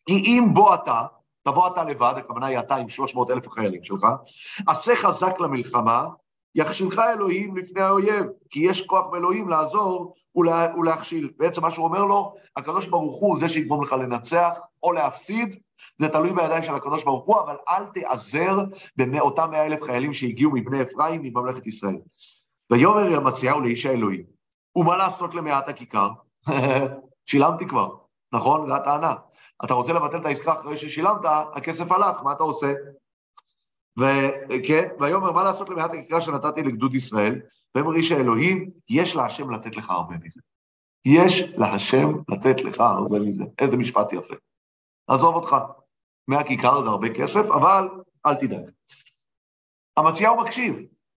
כי אם בוא אתה, תבוא אתה לבד, הכוונה היא אתה עם שלוש מאות אלף החיילים שלך, עשה חזק למלחמה, יכשילך אלוהים לפני האויב, כי יש כוח באלוהים לעזור ולה, ולהכשיל. בעצם מה שהוא אומר לו, הקדוש ברוך הוא זה שיגרום לך לנצח או להפסיד, זה תלוי בידיים של הקדוש ברוך הוא, אבל אל תעזר באותם מאה אלף חיילים שהגיעו מבני אפרים, מממלכת ישראל. ויאמר אמציהו לאיש האלוהים, ומה לעשות למעט הכיכר? שילמתי כבר, נכון? זה הטענה. אתה רוצה לבטל את העסקה אחרי ששילמת, הכסף הלך, מה אתה עושה? וכן, ויאמר, מה לעשות למעט הכיכר שנתתי לגדוד ישראל? ואומר איש האלוהים, יש להשם לתת לך הרבה מזה. יש להשם לתת לך הרבה מזה. איזה משפט יפה. עזוב אותך. מהכיכר זה הרבה כסף, אבל אל תדאג. אמציהו מקשיב.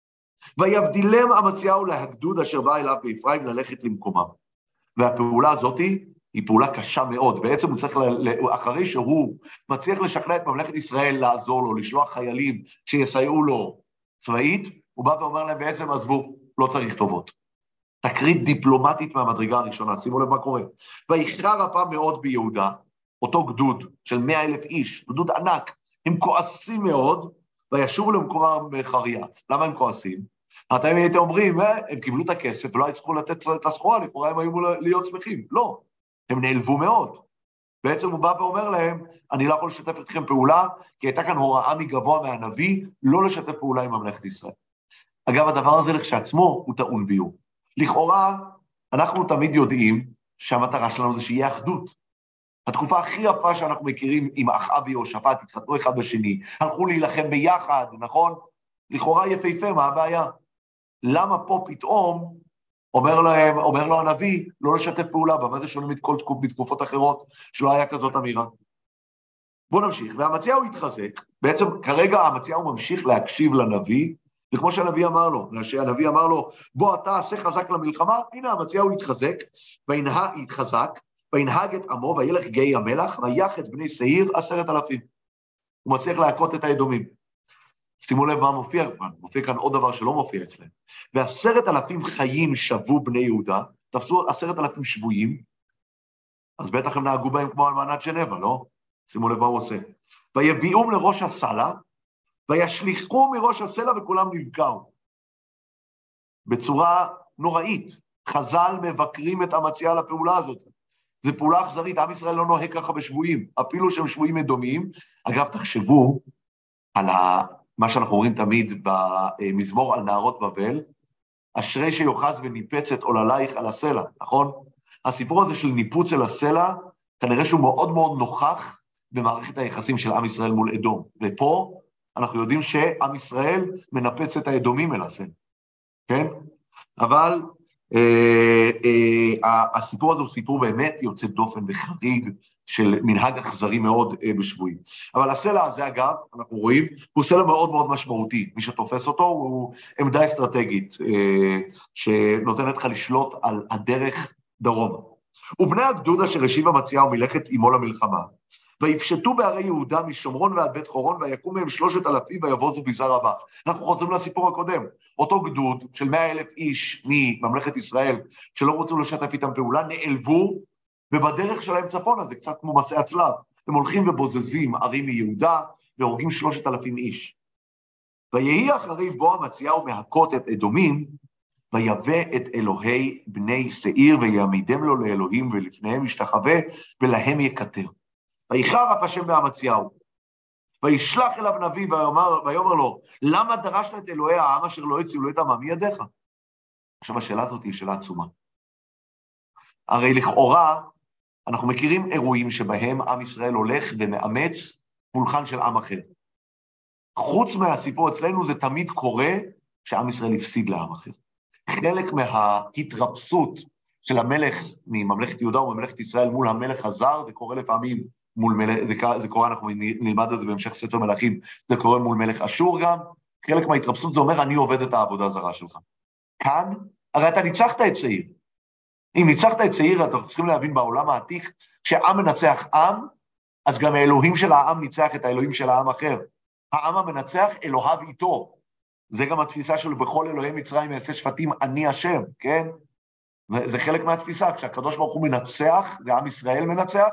ויבדילם אמציהו להגדוד אשר בא אליו באפרים ללכת למקומם. והפעולה הזאת היא פעולה קשה מאוד. בעצם הוא צריך, אחרי שהוא מצליח לשכנע את ממלכת ישראל לעזור לו, לשלוח חיילים שיסייעו לו צבאית, הוא בא ואומר להם בעצם, עזבו, לא צריך טובות. תקרית דיפלומטית מהמדרגה הראשונה, שימו לב מה קורה. ויחר הפעם מאוד ביהודה, אותו גדוד של מאה אלף איש, גדוד ענק, הם כועסים מאוד, וישובו למקומם בחריה. למה הם כועסים? אתם הייתם אומרים, אה, הם קיבלו את הכסף ולא היו לתת את הסחורה, לכאורה הם היו להיות שמחים. לא, הם נעלבו מאוד. בעצם הוא בא ואומר להם, אני לא יכול לשתף אתכם פעולה, כי הייתה כאן הוראה מגבוה מהנביא, לא לשתף פעולה עם ממלכת ישראל. אגב, הדבר הזה לכשעצמו הוא טעון ביור. לכאורה, אנחנו תמיד יודעים שהמטרה שלנו זה שיהיה אחדות. התקופה הכי יפה שאנחנו מכירים עם אחאב ויהושפט, התחתנו אחד בשני, הלכו להילחם ביחד, נכון? לכאורה יפהפה, מה הבעיה? למה פה פתאום אומר להם, אומר לו הנביא, לא לשתף פעולה, במה זה שונה מכל תקופ, בתקופות אחרות, שלא היה כזאת אמירה. בואו נמשיך, והמציהו התחזק, בעצם כרגע המציהו ממשיך להקשיב לנביא, וכמו שהנביא אמר לו, שהנביא אמר לו, בוא אתה עשה חזק למלחמה, הנה המציהו התחזק, וינהג, התחזק, וינהג את עמו, וילך גיא המלח, ויח את בני שעיר עשרת אלפים. הוא מצליח להכות את האדומים. שימו לב מה מופיע כאן, מופיע כאן עוד דבר שלא מופיע אצלם. ועשרת אלפים חיים שבו בני יהודה, תפסו עשרת אלפים שבויים, אז בטח הם נהגו בהם כמו אלמנת ז'נבה, לא? שימו לב מה הוא עושה. ויביאום לראש הסלע, וישליחו מראש הסלע וכולם נבקעו. בצורה נוראית, חז"ל מבקרים את המציע לפעולה הזאת. זו פעולה אכזרית, עם ישראל לא נוהג ככה בשבויים, אפילו שהם שבויים אדומיים. אגב, תחשבו על ה... מה שאנחנו רואים תמיד במזמור על נהרות בבל, אשרי שיוחז וניפץ את עוללייך על הסלע, נכון? הסיפור הזה של ניפוץ אל הסלע, כנראה שהוא מאוד מאוד נוכח במערכת היחסים של עם ישראל מול אדום. ופה אנחנו יודעים שעם ישראל מנפץ את האדומים אל הסלע, כן? אבל אה, אה, הסיפור הזה הוא סיפור באמת יוצא דופן וחריג, של מנהג אכזרי מאוד אה, בשבויים. אבל הסלע הזה, אגב, אנחנו רואים, הוא סלע מאוד מאוד משמעותי. מי שתופס אותו הוא עמדה אסטרטגית, אה, שנותנת לך לשלוט על הדרך דרום. ובני הגדוד אשר השיב המציהו מלאכת עמו למלחמה, ויפשטו בערי יהודה משומרון ועד בית חורון, ויקום מהם שלושת אלפים ויבוזו בזר הבא. אנחנו חוזרים לסיפור הקודם. אותו גדוד של מאה אלף איש מממלכת ישראל, שלא רצו לשתף איתם פעולה, נעלבו, ובדרך שלהם צפונה, זה קצת כמו מסעי הצלב, הם הולכים ובוזזים ערים מיהודה, והורגים שלושת אלפים איש. ויהי אחרי בוא המציהו מהכות את אדומים, ויבא את אלוהי בני שעיר, ויעמידם לו לאלוהים, ולפניהם ישתחווה, ולהם יקטר. ויחר אף השם באמציהו, וישלח אליו נביא, ויאמר, ויאמר לו, למה דרשת את אלוהי העם אשר לא הצילו את עמם מידיך? עכשיו השאלה הזאת היא שאלה עצומה. הרי לכאורה, אנחנו מכירים אירועים שבהם עם ישראל הולך ומאמץ פולחן של עם אחר. חוץ מהסיפור אצלנו זה תמיד קורה שעם ישראל הפסיד לעם אחר. חלק מההתרפסות של המלך מממלכת יהודה וממלכת ישראל מול המלך הזר, זה קורה לפעמים מול מלך, זה, זה קורה, אנחנו נלמד את זה בהמשך ספר מלכים, זה קורה מול מלך אשור גם, חלק מההתרפסות זה אומר, אני עובד את העבודה הזרה שלך. כאן, הרי אתה ניצחת את שעיר. אם ניצחת את שעיר, אתה צריכים להבין בעולם העתיק, כשעם מנצח עם, אז גם האלוהים של העם ניצח את האלוהים של העם אחר. העם המנצח, אלוהיו איתו. זה גם התפיסה שלו, בכל אלוהי מצרים יעשה שפטים, אני השם, כן? זה חלק מהתפיסה, כשהקדוש ברוך הוא מנצח, ועם ישראל מנצח,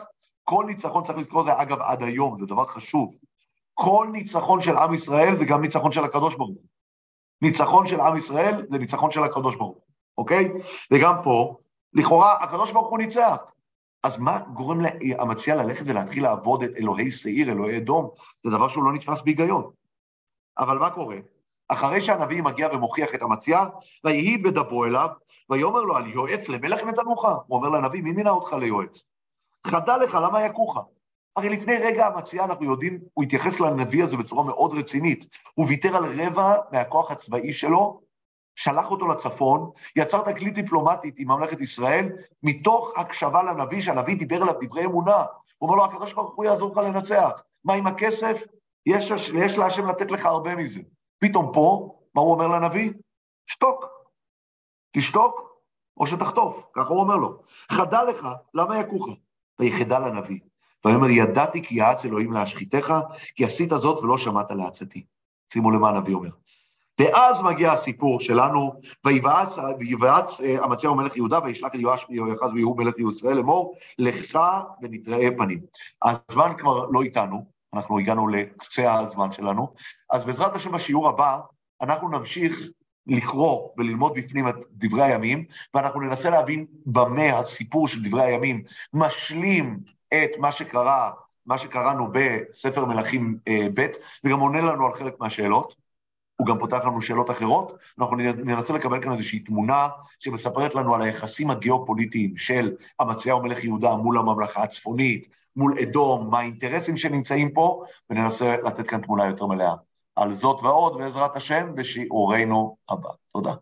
כל ניצחון צריך לזכור זה, אגב, עד היום, זה דבר חשוב. כל ניצחון של עם ישראל זה גם ניצחון של הקדוש ברוך הוא. ניצחון של עם ישראל זה ניצחון של הקדוש ברוך הוא, אוקיי? וגם פה, לכאורה, הקדוש ברוך הוא ניצח. אז מה גורם המציע ללכת ולהתחיל לעבוד את אלוהי שעיר, אלוהי אדום? זה דבר שהוא לא נתפס בהיגיון. אבל מה קורה? אחרי שהנביא מגיע ומוכיח את המציע, ויהי בדבו אליו, ויאמר לו, על יועץ למלך נתנוך? הוא אומר לנביא, מי מינה אותך ליועץ? חדל לך, למה יקוך? הרי לפני רגע המציע, אנחנו יודעים, הוא התייחס לנביא הזה בצורה מאוד רצינית. הוא ויתר על רבע מהכוח הצבאי שלו, שלח אותו לצפון, יצר תקליט דיפלומטית עם ממלכת ישראל, מתוך הקשבה לנביא, שהנביא דיבר עליו דברי אמונה. הוא אומר לו, הקדוש ברוך הוא יעזור לך לנצח. מה עם הכסף? יש, יש להשם לתת לך הרבה מזה. פתאום פה, מה הוא אומר לנביא? שתוק. תשתוק או שתחטוף, ככה הוא אומר לו. חדל לך, למה יקוך? ויחדל הנביא. ואומר, ידעתי כי יעץ אלוהים להשחיתך, כי עשית זאת ולא שמעת לעצתי. שימו למה הנביא אומר. ואז מגיע הסיפור שלנו, ויבעץ, ויבעץ המציע הוא מלך יהודה, וישלח אל יואש ויהואחז ויהוא מלך ישראל לאמור, לך ונתראה פנים. הזמן כבר לא איתנו, אנחנו הגענו לקצה הזמן שלנו, אז בעזרת השם בשיעור הבא, אנחנו נמשיך לקרוא וללמוד בפנים את דברי הימים, ואנחנו ננסה להבין במה הסיפור של דברי הימים משלים את מה שקרה, מה שקראנו בספר מלכים ב', וגם עונה לנו על חלק מהשאלות. הוא גם פותח לנו שאלות אחרות, אנחנו ננסה לקבל כאן איזושהי תמונה שמספרת לנו על היחסים הגיאופוליטיים של המציע ומלך יהודה מול הממלכה הצפונית, מול אדום, מה האינטרסים שנמצאים פה, וננסה לתת כאן תמונה יותר מלאה. על זאת ועוד, בעזרת השם, בשיעורנו הבא. תודה.